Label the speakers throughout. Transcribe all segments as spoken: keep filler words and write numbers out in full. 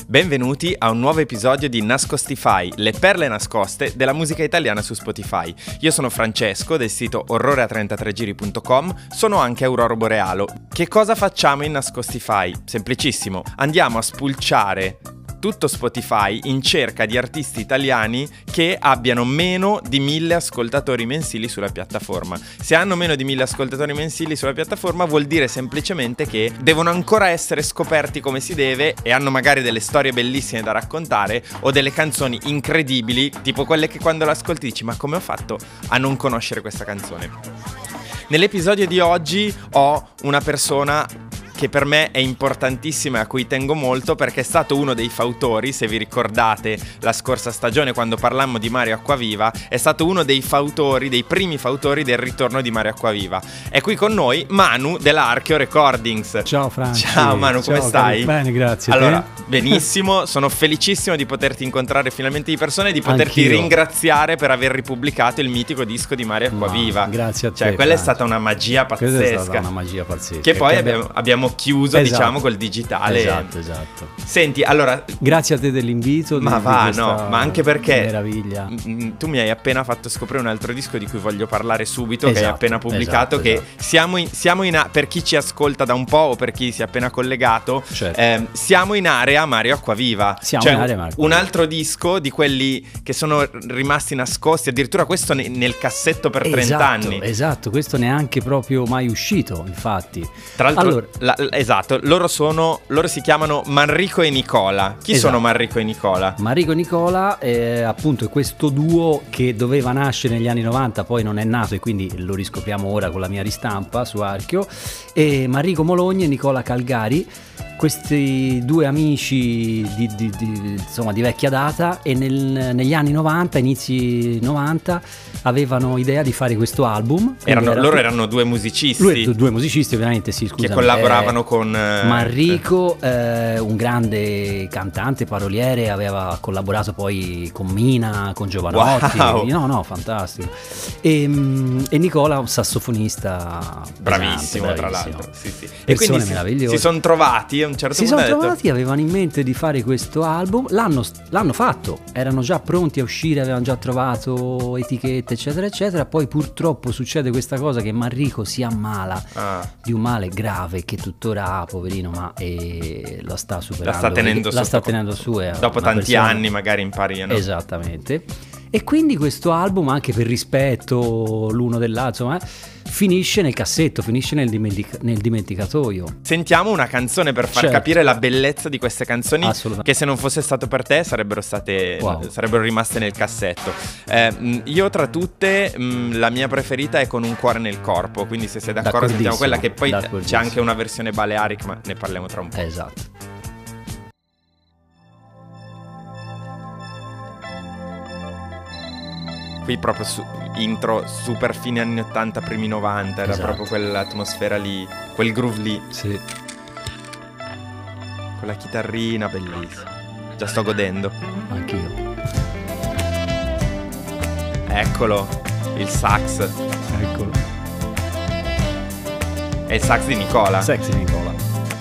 Speaker 1: Benvenuti a un nuovo episodio di Nascostify, le perle nascoste della musica italiana su Spotify. Io sono Francesco del sito orrore a trentatré giri punto com, sono anche Aurora Borealo. Che cosa facciamo in Nascostify? Semplicissimo, andiamo a spulciare tutto Spotify in cerca di artisti italiani che abbiano meno di mille ascoltatori mensili sulla piattaforma. Se hanno meno di mille ascoltatori mensili sulla piattaforma vuol dire semplicemente che devono ancora essere scoperti come si deve e hanno magari delle storie bellissime da raccontare o delle canzoni incredibili, tipo quelle che quando l'ascolti dici ma come ho fatto a non conoscere questa canzone? Nell'episodio di oggi ho una persona che per me è importantissima e a cui tengo molto perché è stato uno dei fautori, se vi ricordate la scorsa stagione quando parlammo di Mario Acquaviva, è stato uno dei fautori, dei primi fautori del ritorno di Mario Acquaviva. È qui con noi Manu dell'Archeo Recordings.
Speaker 2: Ciao Franci.
Speaker 1: Ciao Manu, come
Speaker 2: Ciao,
Speaker 1: stai?
Speaker 2: Bene, grazie.
Speaker 1: Allora,
Speaker 2: te?
Speaker 1: benissimo, sono felicissimo di poterti incontrare finalmente di persona e di poterti
Speaker 2: Anch'io.
Speaker 1: ringraziare per aver ripubblicato il mitico disco di Mario Acquaviva.
Speaker 2: No, grazie a te.
Speaker 1: Cioè, quella
Speaker 2: Franci.
Speaker 1: è stata una magia pazzesca.
Speaker 2: Quella è stata una magia pazzesca.
Speaker 1: Che poi
Speaker 2: Che
Speaker 1: abbiamo, abbiamo chiuso,
Speaker 2: Esatto.
Speaker 1: diciamo, col digitale.
Speaker 2: Esatto, esatto.
Speaker 1: Senti, allora,
Speaker 2: Grazie a te dell'invito.
Speaker 1: ma
Speaker 2: di,
Speaker 1: va,
Speaker 2: di questa
Speaker 1: no, ma anche perché
Speaker 2: meraviglia.
Speaker 1: m- tu mi hai appena fatto scoprire un altro disco di cui voglio parlare subito, che hai
Speaker 2: Esatto,
Speaker 1: appena pubblicato,
Speaker 2: esatto,
Speaker 1: che
Speaker 2: esatto.
Speaker 1: siamo in, siamo in a- per chi ci ascolta da un po' o per chi si è appena collegato,
Speaker 2: Certo.
Speaker 1: ehm, siamo in area Mario Acquaviva.
Speaker 2: Siamo
Speaker 1: Cioè,
Speaker 2: in area Mario
Speaker 1: un
Speaker 2: Acquaviva.
Speaker 1: altro disco di quelli che sono rimasti nascosti, addirittura questo ne- nel cassetto per trenta
Speaker 2: Esatto,
Speaker 1: anni.
Speaker 2: esatto, questo neanche proprio mai uscito, infatti.
Speaker 1: Tra l'altro,
Speaker 2: Allora-
Speaker 1: la- la- esatto, loro sono, loro si chiamano Manrico e Nicola. Chi
Speaker 2: Esatto.
Speaker 1: sono Manrico e Nicola?
Speaker 2: Marico e Nicola eh, appunto è questo duo che doveva nascere negli anni novanta, poi non è nato e quindi lo riscopriamo ora con la mia ristampa su Archeo. E Marico Mologna e Nicola Calgari, questi due amici di, di- di- insomma, di vecchia data, e nel- negli anni novanta, inizi novanta, avevano idea di fare questo album. Quindi
Speaker 1: Erano-
Speaker 2: era-
Speaker 1: loro erano due musicisti
Speaker 2: Lui- due musicisti ovviamente, sì, scusa.
Speaker 1: che collaboravano con eh,
Speaker 2: Manrico, eh, un grande cantante, paroliere, aveva collaborato poi con Mina, con Giovanotti.
Speaker 1: Wow.
Speaker 2: No, no, fantastico. E, mm, e Nicola, un sassofonista
Speaker 1: bravissimo,
Speaker 2: pesante,
Speaker 1: tra
Speaker 2: bravissimo.
Speaker 1: l'altro. Sì, sì. E
Speaker 2: Persone
Speaker 1: quindi si,
Speaker 2: meravigliose.
Speaker 1: si sono trovati a un certo
Speaker 2: Si
Speaker 1: punto.
Speaker 2: sono
Speaker 1: ha detto,
Speaker 2: trovati, avevano in mente di fare questo album, l'hanno, l'hanno fatto, erano già pronti a uscire, avevano già trovato etichette, eccetera, eccetera. Poi purtroppo succede questa cosa che Manrico si ammala
Speaker 1: ah,
Speaker 2: di un male grave che tuttora ha, poverino, ma eh, la sta superando.
Speaker 1: La sta tenendo
Speaker 2: la
Speaker 1: sotto-
Speaker 2: sta tenendo su. È
Speaker 1: dopo
Speaker 2: una
Speaker 1: tanti
Speaker 2: persona-
Speaker 1: anni magari impariano.
Speaker 2: Esattamente. E quindi questo album, anche per rispetto l'uno dell'altro, insomma, finisce nel cassetto, finisce nel, dimentic- nel dimenticatoio.
Speaker 1: Sentiamo una canzone per far
Speaker 2: Certo.
Speaker 1: capire la bellezza di queste canzoni,
Speaker 2: Assolutamente.
Speaker 1: che se non fosse stato per te sarebbero state
Speaker 2: Wow.
Speaker 1: sarebbero rimaste nel cassetto. Eh, mh, io tra tutte mh, la mia preferita è Con un cuore nel corpo, quindi se sei d'accordo sentiamo quella, che poi c'è
Speaker 2: D'accordissimo.
Speaker 1: anche una versione Balearic, ma ne parliamo tra un po'.
Speaker 2: Esatto.
Speaker 1: Qui proprio su, intro super fine anni ottanta, primi novanta, era
Speaker 2: Esatto.
Speaker 1: proprio quell'atmosfera lì, quel groove lì,
Speaker 2: Sì.
Speaker 1: con la chitarrina, bellissimo. Già sto godendo.
Speaker 2: Anch'io.
Speaker 1: Eccolo, il sax.
Speaker 2: Eccolo.
Speaker 1: È il sax di Nicola.
Speaker 2: Sexy Nicola.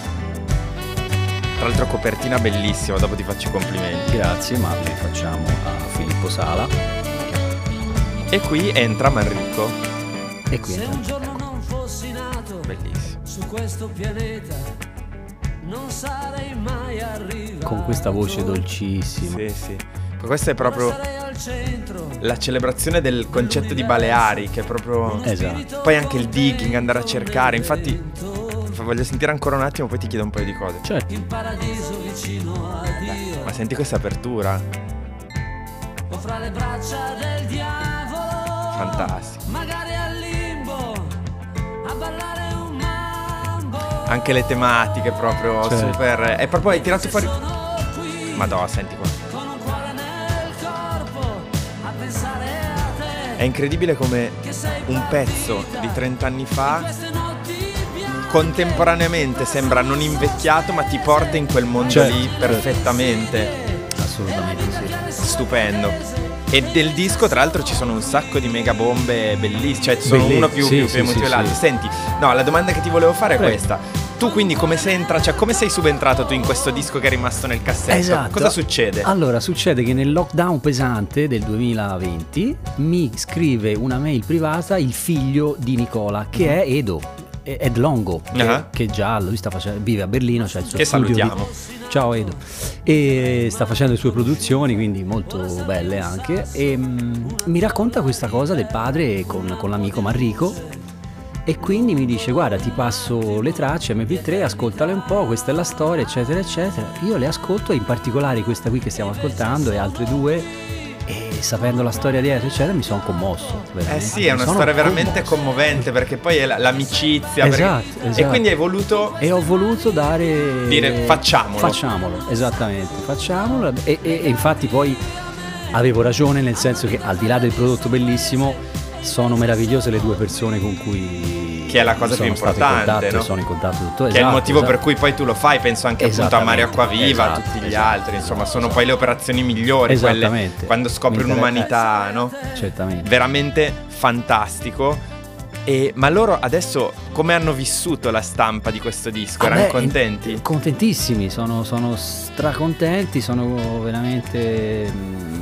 Speaker 1: Tra l'altro copertina bellissima, dopo ti faccio i complimenti.
Speaker 2: Grazie, ma li facciamo a Filippo Sala.
Speaker 1: E qui entra Manrico.
Speaker 2: E qui
Speaker 3: Se un
Speaker 2: entra-
Speaker 3: giorno non fossi nato
Speaker 1: Bellissimo.
Speaker 3: su questo pianeta, non sarei mai arrivato.
Speaker 2: con questa voce dolcissima.
Speaker 1: Sì, sì. Questa è proprio
Speaker 3: Sarei al centro.
Speaker 1: la celebrazione del concetto di Baleari, che è proprio...
Speaker 2: Esatto.
Speaker 1: Poi anche il digging, andare a cercare. Infatti voglio sentire ancora un attimo, poi ti chiedo un paio di cose.
Speaker 2: Certo.
Speaker 3: In paradiso vicino a Dio,
Speaker 1: Ma senti questa apertura?
Speaker 3: o fra le braccia del diavolo.
Speaker 1: Fantastico.
Speaker 3: Magari al limbo a ballare un mambo.
Speaker 1: Anche le tematiche proprio
Speaker 2: Certo.
Speaker 1: super... È proprio hai tirato fuori...
Speaker 3: Sono qui
Speaker 1: Madonna, senti qua.
Speaker 3: con un cuore nel corpo a pensare a te.
Speaker 1: È incredibile come
Speaker 3: Che sei
Speaker 1: un pezzo di trenta anni fa
Speaker 3: queste notti bianche.
Speaker 1: contemporaneamente sembra non invecchiato, ma ti porta in quel mondo
Speaker 2: Certo,
Speaker 1: lì
Speaker 2: certo.
Speaker 1: perfettamente.
Speaker 2: Assolutamente sì.
Speaker 1: Stupendo. E del disco tra l'altro ci sono un sacco di mega bombe bellissime, cioè sono
Speaker 2: Belli-
Speaker 1: uno più,
Speaker 2: sì,
Speaker 1: più
Speaker 2: sì,
Speaker 1: emotivo
Speaker 2: sì,
Speaker 1: dell'altro.
Speaker 2: sì.
Speaker 1: Senti, no, la domanda che ti volevo fare è
Speaker 2: Prego.
Speaker 1: questa. tu quindi come sei entrato, cioè come sei subentrato tu in questo disco che è rimasto nel cassetto?
Speaker 2: Esatto.
Speaker 1: Cosa succede?
Speaker 2: Allora, succede che nel lockdown pesante del duemilaventi mi scrive una mail privata il figlio di Nicola, che è Edo, Ed Longo, che,
Speaker 1: Uh-huh.
Speaker 2: che già lui sta facendo, vive a Berlino, c'è il suo
Speaker 1: Che
Speaker 2: studio di-
Speaker 1: salutiamo.
Speaker 2: Ciao Edo. E sta facendo le sue produzioni, quindi molto belle anche. E mm, mi racconta questa cosa del padre con, con l'amico Marrico. E quindi mi dice: guarda, ti passo le tracce emme pi tre, ascoltale un po', questa è la storia, eccetera eccetera. Io le ascolto, in particolare questa qui che stiamo ascoltando e altre due, e sapendo la storia dietro eccetera mi sono commosso
Speaker 1: Eh
Speaker 2: veramente.
Speaker 1: sì, è una
Speaker 2: Mi sono
Speaker 1: storia veramente
Speaker 2: commosso.
Speaker 1: commovente, perché poi è la- l'amicizia, perché-
Speaker 2: Esatto,
Speaker 1: e
Speaker 2: esatto.
Speaker 1: quindi hai voluto
Speaker 2: E ho voluto dare
Speaker 1: Dire, facciamolo.
Speaker 2: Facciamolo, esattamente, facciamolo. E, e- e infatti poi avevo ragione, nel senso che al di là del prodotto bellissimo, sono meravigliose le due persone con cui
Speaker 1: Che è la cosa
Speaker 2: sono
Speaker 1: più
Speaker 2: stato
Speaker 1: importante,
Speaker 2: in contatto,
Speaker 1: no?
Speaker 2: sono in contatto tutto.
Speaker 1: che è il
Speaker 2: esatto,
Speaker 1: motivo
Speaker 2: esatto.
Speaker 1: per cui poi tu lo fai, penso anche appunto a Mario Acquaviva, a
Speaker 2: Esatto,
Speaker 1: tutti gli
Speaker 2: esatto,
Speaker 1: altri, insomma
Speaker 2: esatto,
Speaker 1: sono
Speaker 2: esatto.
Speaker 1: poi le operazioni migliori, quelle
Speaker 2: Esattamente.
Speaker 1: quando scopri
Speaker 2: Mi interessa-
Speaker 1: un'umanità, no?
Speaker 2: Certamente.
Speaker 1: Veramente fantastico. E, ma loro adesso come hanno vissuto la stampa di questo disco?
Speaker 2: Ah,
Speaker 1: Erano
Speaker 2: beh,
Speaker 1: contenti?
Speaker 2: in- Contentissimi, sono, sono stracontenti, sono veramente mm,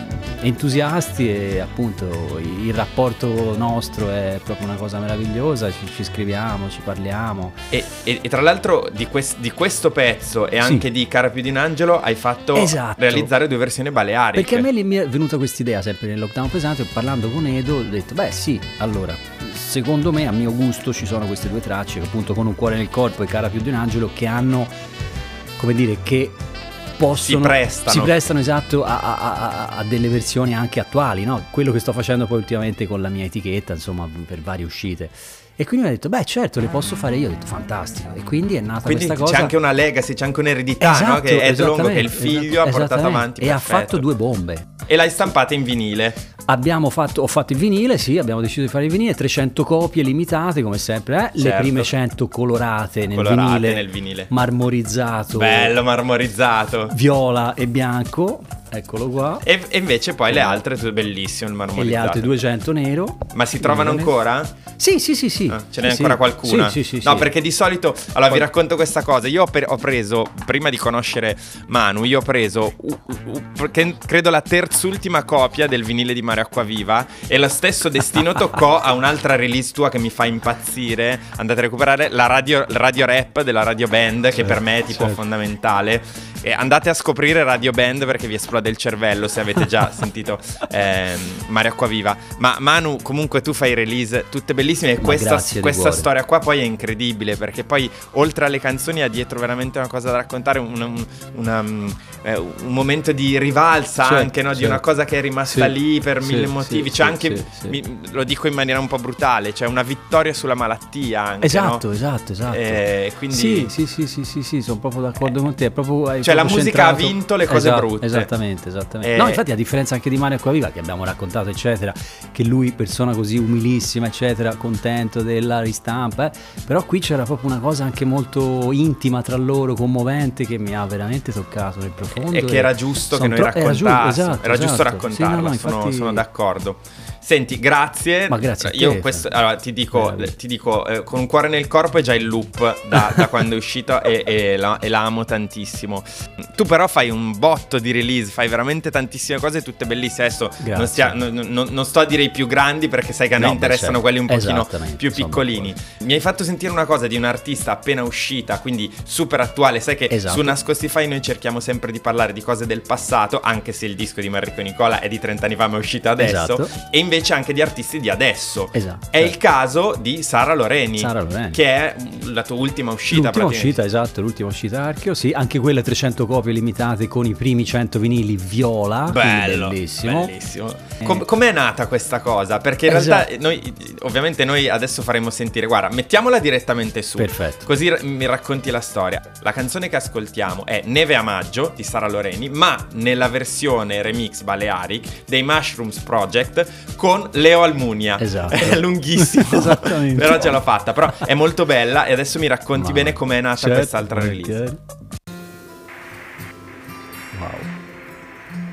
Speaker 2: entusiasti, e appunto il rapporto nostro è proprio una cosa meravigliosa, ci, ci scriviamo, ci parliamo.
Speaker 1: E, e- e tra l'altro di, quest- di questo pezzo e
Speaker 2: Sì.
Speaker 1: anche di Cara più di un angelo hai fatto
Speaker 2: Esatto.
Speaker 1: realizzare due versioni baleariche.
Speaker 2: Perché a me lì mi è venuta questa idea sempre nel lockdown pesante, parlando con Edo, ho detto beh sì, allora secondo me, a mio gusto, ci sono queste due tracce, appunto Con un cuore nel corpo e Cara più di un angelo, che hanno, come dire, che possono,
Speaker 1: Si prestano.
Speaker 2: si prestano esatto a, a- a- a delle versioni anche attuali, no? Quello che sto facendo poi ultimamente con la mia etichetta, insomma, per varie uscite. E quindi mi ha detto beh certo, le posso fare io. Ho detto fantastico. E quindi è nata
Speaker 1: Quindi
Speaker 2: questa
Speaker 1: c'è
Speaker 2: cosa.
Speaker 1: anche una legacy, c'è anche un'eredità,
Speaker 2: Esatto,
Speaker 1: no? Che Ed Longo, che è il
Speaker 2: esattamente,
Speaker 1: figlio, ha portato
Speaker 2: esattamente.
Speaker 1: avanti.
Speaker 2: E ha
Speaker 1: perfetto.
Speaker 2: fatto due bombe.
Speaker 1: E l'hai stampata in vinile.
Speaker 2: Abbiamo fatto, ho fatto il vinile, sì, abbiamo deciso di fare il vinile, trecento copie limitate come sempre, eh? Le
Speaker 1: Certo.
Speaker 2: prime cento colorate nel,
Speaker 1: Colorate
Speaker 2: vinile,
Speaker 1: nel vinile.
Speaker 2: marmorizzato,
Speaker 1: Bello, marmorizzato.
Speaker 2: viola e bianco, eccolo qua.
Speaker 1: E, e invece poi le altre, tu- bellissimo il
Speaker 2: E
Speaker 1: marmorizzato.
Speaker 2: le altre duecento nero.
Speaker 1: Ma si trovano
Speaker 2: Nero.
Speaker 1: ancora?
Speaker 2: Sì, sì, sì, sì.
Speaker 1: Ah, ce n'è
Speaker 2: Sì,
Speaker 1: ancora
Speaker 2: sì.
Speaker 1: qualcuna?
Speaker 2: Sì, sì, sì,
Speaker 1: no,
Speaker 2: sì.
Speaker 1: perché di solito. Allora, vi
Speaker 2: Poi-
Speaker 1: racconto questa cosa. Io ho, per- ho preso, prima di conoscere Manu, io ho preso, uh, uh, uh, perché credo la terzultima copia del vinile di Mario Acquaviva. E lo stesso destino toccò a un'altra release tua che mi fa impazzire. Andate a recuperare la radio, radio rap della Radio Band, che per me è tipo
Speaker 2: certo.
Speaker 1: fondamentale. E andate a scoprire Radio Band perché vi esplode il cervello se avete già sentito ehm, Mario Acquaviva. Ma Manu, comunque tu fai release tutte bellissime. E
Speaker 2: Ma
Speaker 1: questa,
Speaker 2: grazie di
Speaker 1: questa
Speaker 2: cuore.
Speaker 1: storia qua poi è incredibile, perché poi oltre alle canzoni ha dietro veramente una cosa da raccontare, un, un, una, mm, eh, un momento di rivalsa,
Speaker 2: Certo,
Speaker 1: anche, no? Di
Speaker 2: certo.
Speaker 1: una cosa che è rimasta
Speaker 2: Sì,
Speaker 1: lì per
Speaker 2: sì,
Speaker 1: mille
Speaker 2: sì,
Speaker 1: motivi.
Speaker 2: sì,
Speaker 1: C'è anche,
Speaker 2: sì, sì.
Speaker 1: mi- lo dico in maniera un po' brutale, c'è una vittoria sulla malattia anche,
Speaker 2: Esatto,
Speaker 1: no?
Speaker 2: esatto, esatto.
Speaker 1: Eh, quindi
Speaker 2: Sì, sì, sì, sì, sì, sì, sono proprio d'accordo con te. È proprio, hai
Speaker 1: Cioè, la
Speaker 2: proprio
Speaker 1: musica ha
Speaker 2: centrato-
Speaker 1: vinto le cose
Speaker 2: Esatto,
Speaker 1: brutte.
Speaker 2: Esattamente, esattamente.
Speaker 1: Eh,
Speaker 2: No, infatti, a differenza anche di Mario Acquaviva, che abbiamo raccontato, eccetera, che lui, persona così umilissima, eccetera, contento della ristampa, eh, però qui c'era proprio una cosa anche molto intima tra loro, commovente, che mi ha veramente toccato nel profondo.
Speaker 1: e che era giusto che
Speaker 2: son
Speaker 1: noi
Speaker 2: tro- era giu-
Speaker 1: raccontassimo,
Speaker 2: esatto,
Speaker 1: era giusto
Speaker 2: esatto.
Speaker 1: raccontarla,
Speaker 2: Sì, no, no,
Speaker 1: sono,
Speaker 2: infatti-
Speaker 1: sono d'accordo. Senti, grazie.
Speaker 2: Ma grazie a te,
Speaker 1: Io questo,
Speaker 2: Fran.
Speaker 1: allora, ti dico,
Speaker 2: Veramente.
Speaker 1: ti dico eh, Con un cuore nel corpo è già il loop da, da quando è uscito e, e la, e la amo tantissimo. Tu però fai un botto di release, fai veramente tantissime cose, tutte bellissime. Adesso
Speaker 2: Grazie.
Speaker 1: non, stia- non- non- non sto a dire i più grandi, perché sai che a noi
Speaker 2: No, beh,
Speaker 1: interessano
Speaker 2: certo.
Speaker 1: quelli un pochino
Speaker 2: Esattamente,
Speaker 1: più
Speaker 2: sono
Speaker 1: piccolini. Mi hai fatto sentire una cosa di un'artista appena uscita, quindi super attuale. Sai che
Speaker 2: Esatto.
Speaker 1: su Nascostify noi cerchiamo sempre di parlare di cose del passato, anche se il disco di Marrico Nicola è di trenta anni fa ma è uscito adesso.
Speaker 2: Esatto.
Speaker 1: E invece anche di artisti di adesso.
Speaker 2: Esatto,
Speaker 1: È
Speaker 2: certo.
Speaker 1: il caso di Sara Loreni,
Speaker 2: Sara Loreni.
Speaker 1: che è la tua ultima uscita.
Speaker 2: L'ultima
Speaker 1: praticamente.
Speaker 2: uscita, esatto, l'ultima uscita Archeo, sì, anche quelle trecento copie limitate con i primi cento vinili viola, quindi
Speaker 1: Bello,
Speaker 2: bellissimo.
Speaker 1: bellissimo.
Speaker 2: Eh.
Speaker 1: Com- com'è nata questa cosa? Perché in
Speaker 2: Esatto.
Speaker 1: realtà noi, ovviamente noi adesso faremo sentire, guarda, mettiamola direttamente su.
Speaker 2: Perfetto.
Speaker 1: Così r- mi racconti la storia. La canzone che ascoltiamo è Neve a maggio di Sara Loreni, ma nella versione remix Balearic dei Mushrooms Project con Leo Almunia.
Speaker 2: Esatto.
Speaker 1: È lunghissimo.
Speaker 2: Esattamente.
Speaker 1: Però ce l'ho fatta. Però è molto bella e adesso mi racconti
Speaker 2: Ma-
Speaker 1: bene com'è nata
Speaker 2: certo,
Speaker 1: quest'altra release.
Speaker 2: volentieri. Wow.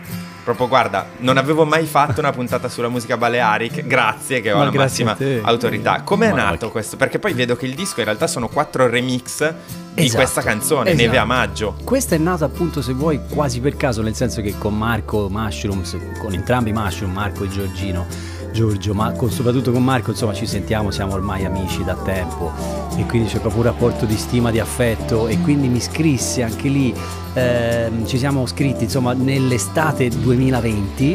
Speaker 1: proprio guarda, non avevo mai fatto una puntata sulla musica Balearic, grazie che ho
Speaker 2: Ma
Speaker 1: la
Speaker 2: grazie
Speaker 1: massima
Speaker 2: a te.
Speaker 1: autorità. Come è
Speaker 2: Ma-
Speaker 1: nato questo? Perché poi vedo che il disco in realtà sono quattro remix di
Speaker 2: Esatto,
Speaker 1: questa canzone,
Speaker 2: esatto.
Speaker 1: Neve a maggio.
Speaker 2: Questa è nata appunto, se vuoi, quasi per caso, nel senso che con Marco Mushrooms, con entrambi i Mushroom, Marco e Giorgino, Giorgio, ma con- soprattutto con Marco, insomma, ci sentiamo, siamo ormai amici da tempo e quindi c'è proprio un rapporto di stima, di affetto, e quindi mi scrisse anche lì, ehm, ci siamo scritti insomma nell'estate duemilaventi.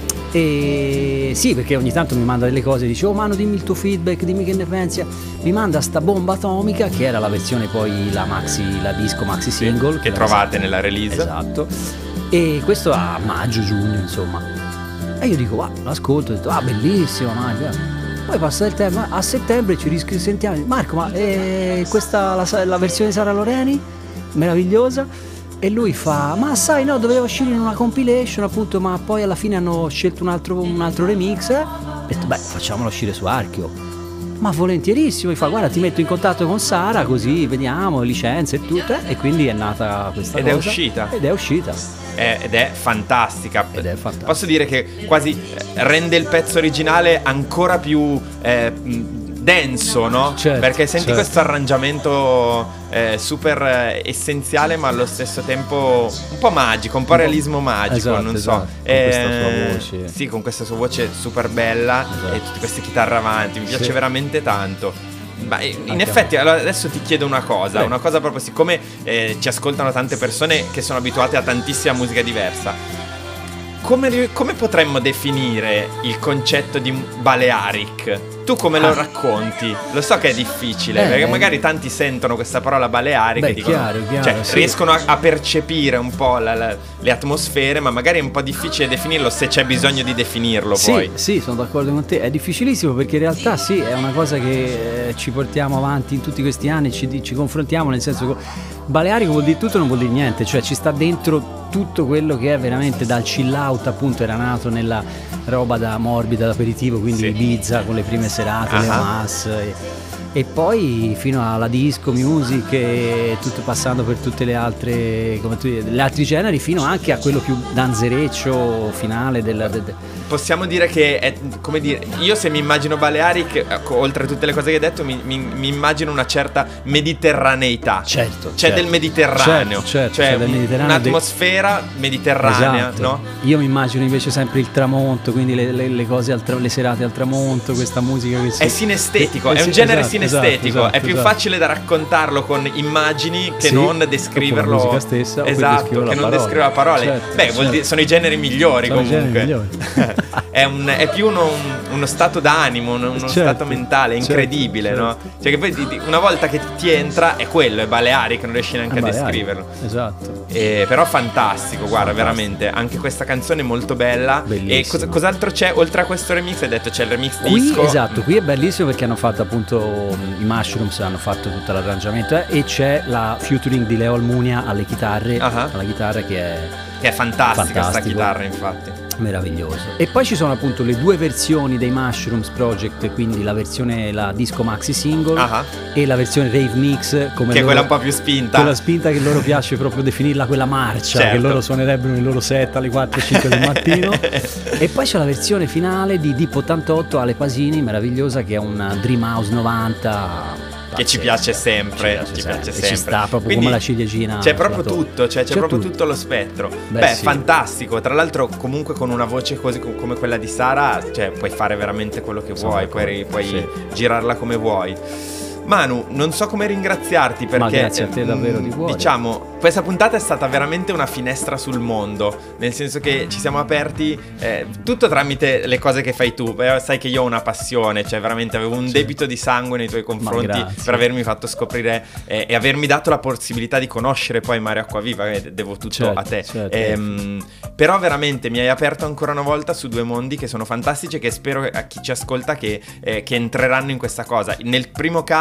Speaker 2: E sì, perché ogni tanto mi manda delle cose, dice: oh Manu, dimmi il tuo feedback, dimmi che ne pensi. Mi manda sta bomba atomica, che era la versione poi la maxi, la disco maxi single,
Speaker 1: Che
Speaker 2: la-
Speaker 1: trovate nella release.
Speaker 2: Esatto. E questo a maggio, giugno, insomma. E io dico: ah, l'ascolto, ho detto: ah, bellissimo Marco. Poi passa il tempo, a settembre ci risentiamo. Marco, ma eh, questa la, la versione di Sara Loreni? Meravigliosa. E lui fa: ma sai, no, doveva uscire in una compilation appunto, ma poi alla fine hanno scelto un altro, un altro remix. Ho detto: beh, facciamolo uscire su Archio. Ma volentierissimo. Mi fa: guarda, ti metto in contatto con Sara, così vediamo licenze e tutto. E quindi è nata questa
Speaker 1: Ed
Speaker 2: cosa.
Speaker 1: è uscita.
Speaker 2: Ed è uscita.
Speaker 1: È- ed è fantastica.
Speaker 2: Ed è fantastica.
Speaker 1: Posso dire che quasi eh, rende il pezzo originale ancora più eh, mh, denso, no?
Speaker 2: Certo,
Speaker 1: Perché senti
Speaker 2: certo.
Speaker 1: questo arrangiamento eh, super eh, essenziale, ma allo stesso tempo un po' magico, un po' realismo magico,
Speaker 2: Esatto,
Speaker 1: non
Speaker 2: esatto,
Speaker 1: so.
Speaker 2: con questa
Speaker 1: Eh,
Speaker 2: sua voce.
Speaker 1: Sì, con questa sua voce super bella
Speaker 2: Esatto.
Speaker 1: e tutte queste chitarre avanti, mi piace
Speaker 2: Sì.
Speaker 1: veramente tanto. Ma in
Speaker 2: Anche a
Speaker 1: effetti, allora adesso ti chiedo una cosa,
Speaker 2: Prego.
Speaker 1: una cosa proprio, siccome eh, ci ascoltano tante persone che sono abituate a tantissima musica diversa, come, ri- come potremmo definire il concetto di Balearic? Tu come lo
Speaker 2: Ah.
Speaker 1: racconti? Lo so che è difficile,
Speaker 2: Eh,
Speaker 1: perché
Speaker 2: eh.
Speaker 1: magari tanti sentono questa parola Balearic
Speaker 2: Beh,
Speaker 1: e dicono,
Speaker 2: chiaro, chiaro,
Speaker 1: cioè,
Speaker 2: sì.
Speaker 1: riescono a, a percepire un po' la- la- le atmosfere, ma magari è un po' difficile definirlo, se c'è bisogno di definirlo
Speaker 2: Sì,
Speaker 1: poi.
Speaker 2: sì, sono d'accordo con te. È difficilissimo perché in realtà sì, è una cosa che eh, ci portiamo avanti in tutti questi anni, ci, ci confrontiamo, nel senso che Balearico vuol dire tutto e non vuol dire niente, cioè ci sta dentro tutto quello che è veramente dal chill out, appunto era nato nella roba da morbida, da aperitivo, quindi
Speaker 1: Sì.
Speaker 2: Ibiza con le prime serate, le
Speaker 1: Ah.
Speaker 2: mas e, e poi fino alla disco music e tutto passando per tutte le altre, come tu dici, gli altri generi, fino anche a quello più danzereccio finale del, del- del-
Speaker 1: Possiamo dire che è, come dire, io se mi immagino Balearic, ecco, oltre a tutte le cose che hai detto, mi, mi- mi immagino una certa mediterraneità.
Speaker 2: Certo,
Speaker 1: C'è
Speaker 2: certo.
Speaker 1: del Mediterraneo,
Speaker 2: Certo, certo,
Speaker 1: cioè
Speaker 2: c'è del
Speaker 1: un-
Speaker 2: Mediterraneo,
Speaker 1: un'atmosfera mediterranea,
Speaker 2: Esatto.
Speaker 1: no?
Speaker 2: Io mi immagino invece sempre il tramonto, quindi le, le- le cose al tra- le serate al tramonto, questa musica che si...
Speaker 1: È sinestetico,
Speaker 2: Eh,
Speaker 1: è
Speaker 2: sì,
Speaker 1: un genere
Speaker 2: esatto,
Speaker 1: sinestetico,
Speaker 2: esatto,
Speaker 1: è più
Speaker 2: esatto.
Speaker 1: facile da raccontarlo con immagini che
Speaker 2: Sì,
Speaker 1: non
Speaker 2: oppure
Speaker 1: descriverlo.
Speaker 2: la musica stessa, oppure
Speaker 1: esatto,
Speaker 2: descriverlo
Speaker 1: che
Speaker 2: a
Speaker 1: non
Speaker 2: parole.
Speaker 1: descrive a parole.
Speaker 2: Certo,
Speaker 1: Beh, vuol
Speaker 2: certo.
Speaker 1: dire- sono i generi migliori
Speaker 2: Sono i
Speaker 1: comunque.
Speaker 2: generi migliori.
Speaker 1: è, un- è più uno, un- uno stato d'animo, uno, uno
Speaker 2: Certo,
Speaker 1: stato mentale
Speaker 2: certo,
Speaker 1: incredibile, no?
Speaker 2: certo.
Speaker 1: Cioè che poi di- di- una volta che ti entra è quello, è Balearic, non riesci neanche
Speaker 2: Ah,
Speaker 1: a
Speaker 2: Balearic.
Speaker 1: descriverlo.
Speaker 2: Esatto.
Speaker 1: Eh, però fantastico, guarda,
Speaker 2: Fantastico.
Speaker 1: veramente. Anche questa canzone è molto bella.
Speaker 2: Bellissima.
Speaker 1: E cos- cos'altro c'è oltre a questo remix? Hai detto c'è il remix
Speaker 2: Qui,
Speaker 1: disco.
Speaker 2: esatto, qui è bellissimo perché hanno fatto appunto i Mushrooms, hanno fatto tutto l'arrangiamento eh, e c'è la featuring di Leo Almunia alle chitarre,
Speaker 1: Ah.
Speaker 2: alla chitarra che è
Speaker 1: Che è fantastica sta
Speaker 2: Fantastico.
Speaker 1: chitarra, infatti.
Speaker 2: meraviglioso. E poi ci sono appunto le due versioni dei Mushrooms Project, quindi la versione, la disco maxi single
Speaker 1: Ah.
Speaker 2: e la versione rave mix, come
Speaker 1: Che è
Speaker 2: loro-
Speaker 1: quella un po' più spinta.
Speaker 2: quella spinta che loro piace proprio definirla quella marcia,
Speaker 1: Certo.
Speaker 2: che loro suonerebbero nel loro set alle quattro cinque del mattino. E poi c'è la versione finale di Deep ottantotto Ale Pasini, meravigliosa, che è una Dream House novanta.
Speaker 1: Che ci
Speaker 2: pazzesca.
Speaker 1: piace sempre,
Speaker 2: Ci piace
Speaker 1: ci
Speaker 2: sempre.
Speaker 1: piace
Speaker 2: E
Speaker 1: sempre.
Speaker 2: ci sta proprio
Speaker 1: Quindi
Speaker 2: come la ciliegina
Speaker 1: C'è proprio
Speaker 2: sulla torta.
Speaker 1: tutto, cioè c'è,
Speaker 2: C'è
Speaker 1: proprio
Speaker 2: tutto.
Speaker 1: tutto lo spettro.
Speaker 2: Beh,
Speaker 1: Beh,
Speaker 2: sì.
Speaker 1: fantastico. Tra l'altro, comunque con una voce così co- come quella di Sara, cioè puoi fare veramente quello che
Speaker 2: Sono
Speaker 1: vuoi,
Speaker 2: d'accordo,
Speaker 1: puoi, puoi
Speaker 2: sì.
Speaker 1: girarla come vuoi. Manu, non so come ringraziarti perché
Speaker 2: grazie a te davvero di cuore.
Speaker 1: diciamo, questa puntata è stata veramente una finestra sul mondo, nel senso che ci siamo aperti eh, tutto tramite le cose che fai tu. Beh, sai che io ho una passione, cioè veramente avevo un
Speaker 2: Sì.
Speaker 1: debito di sangue nei tuoi confronti
Speaker 2: grazie.
Speaker 1: per avermi fatto scoprire eh, e avermi dato la possibilità di conoscere poi Mario Acquaviva, che devo tutto
Speaker 2: Certo,
Speaker 1: a te.
Speaker 2: certo.
Speaker 1: Ehm, però veramente mi hai aperto ancora una volta su due mondi che sono fantastici e che spero a chi ci ascolta che, eh, che entreranno in questa cosa. Nel primo caso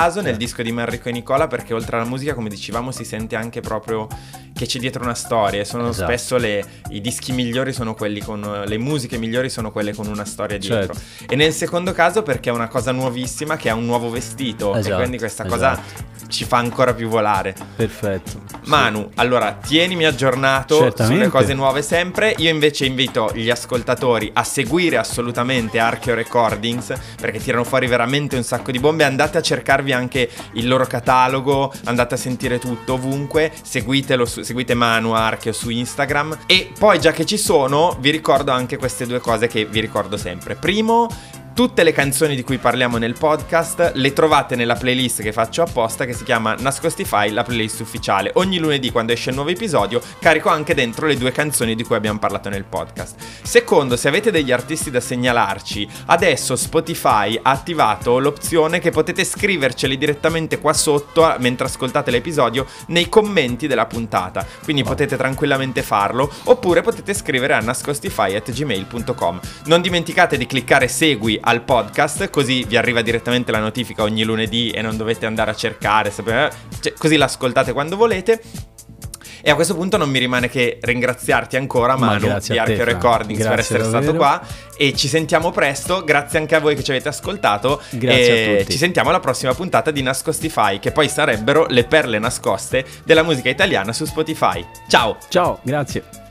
Speaker 1: caso nel
Speaker 2: Certo.
Speaker 1: disco di Manrico e Nicola, perché oltre alla musica, come dicevamo, si sente anche proprio che c'è dietro una storia. Sono
Speaker 2: Esatto.
Speaker 1: spesso le, i dischi migliori sono quelli con le musiche migliori sono quelle con una storia dietro.
Speaker 2: Certo.
Speaker 1: E nel secondo caso perché è una cosa nuovissima, che ha un nuovo vestito, e
Speaker 2: Esatto,
Speaker 1: quindi questa
Speaker 2: esatto.
Speaker 1: cosa ci fa ancora più volare.
Speaker 2: Perfetto.
Speaker 1: Manu, allora tienimi aggiornato
Speaker 2: Certamente.
Speaker 1: sulle cose nuove sempre. Io invece invito gli ascoltatori a seguire assolutamente Archeo Recordings, perché tirano fuori veramente un sacco di bombe. Andate a cercarvi anche il loro catalogo, andate a sentire tutto ovunque. Seguitelo su, seguite Manu Archeo su Instagram. E poi, già che ci sono, vi ricordo anche queste due cose che vi ricordo sempre. Primo, tutte le canzoni di cui parliamo nel podcast le trovate nella playlist che faccio apposta, che si chiama Nascostify, la playlist ufficiale. Ogni lunedì, quando esce il nuovo episodio, carico anche dentro le due canzoni di cui abbiamo parlato nel podcast. Secondo, se avete degli artisti da segnalarci, adesso Spotify ha attivato l'opzione che potete scriverceli direttamente qua sotto, mentre ascoltate l'episodio, nei commenti della puntata. Quindi
Speaker 2: Wow.
Speaker 1: potete tranquillamente farlo, oppure potete scrivere a nascostify at gmail punto com. Non dimenticate di cliccare segui al podcast, così vi arriva direttamente la notifica ogni lunedì e non dovete andare a cercare, sapere- cioè, così l'ascoltate quando volete. E a questo punto non mi rimane che ringraziarti ancora,
Speaker 2: Ma
Speaker 1: Manu,
Speaker 2: grazie
Speaker 1: di
Speaker 2: a te,
Speaker 1: Archeo
Speaker 2: Fra.
Speaker 1: Recordings, per
Speaker 2: Grazie
Speaker 1: essere stato
Speaker 2: davvero.
Speaker 1: qua, e ci sentiamo presto. Grazie anche a voi che ci avete ascoltato.
Speaker 2: Grazie
Speaker 1: e
Speaker 2: a tutti.
Speaker 1: ci sentiamo alla prossima puntata di Nascostify, che poi sarebbero le perle nascoste della musica italiana su Spotify. Ciao!
Speaker 2: Ciao, grazie.